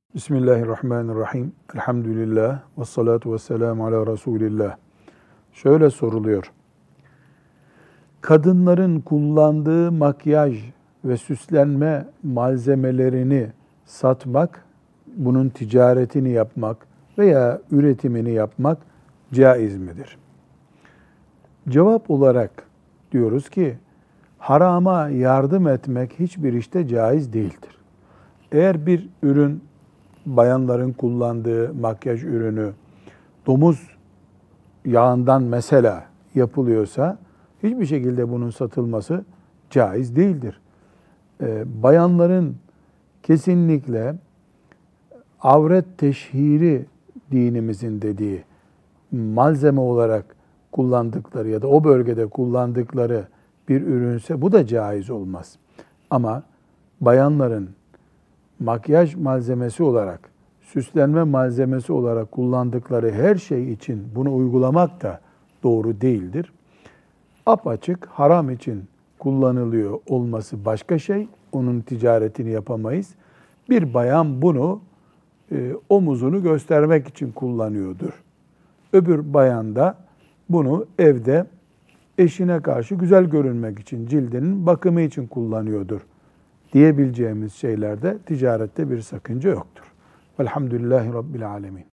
Bismillahirrahmanirrahim. Elhamdülillah. Ve salatu ve selamu ala Resulillah. Şöyle soruluyor. Kadınların kullandığı makyaj ve süslenme malzemelerini satmak, bunun ticaretini yapmak veya üretimini yapmak caiz midir? Cevap olarak diyoruz ki, harama yardım etmek hiçbir işte caiz değildir. Eğer bir ürün, bayanların kullandığı makyaj ürünü domuz yağından mesela yapılıyorsa hiçbir şekilde bunun satılması caiz değildir. Bayanların kesinlikle avret teşhiri dinimizin dediği malzeme olarak kullandıkları ya da o bölgede kullandıkları bir ürünse bu da caiz olmaz. Ama bayanların makyaj malzemesi olarak, süslenme malzemesi olarak kullandıkları her şey için bunu uygulamak da doğru değildir. Apaçık haram için kullanılıyor olması başka şey, onun ticaretini yapamayız. Bir bayan bunu omuzunu göstermek için kullanıyordur. Öbür bayan da bunu evde eşine karşı güzel görünmek için, cildinin bakımı için kullanıyordur diyebileceğimiz şeylerde ticarette bir sakınca yoktur. Velhamdülillahi Rabbil Alemin.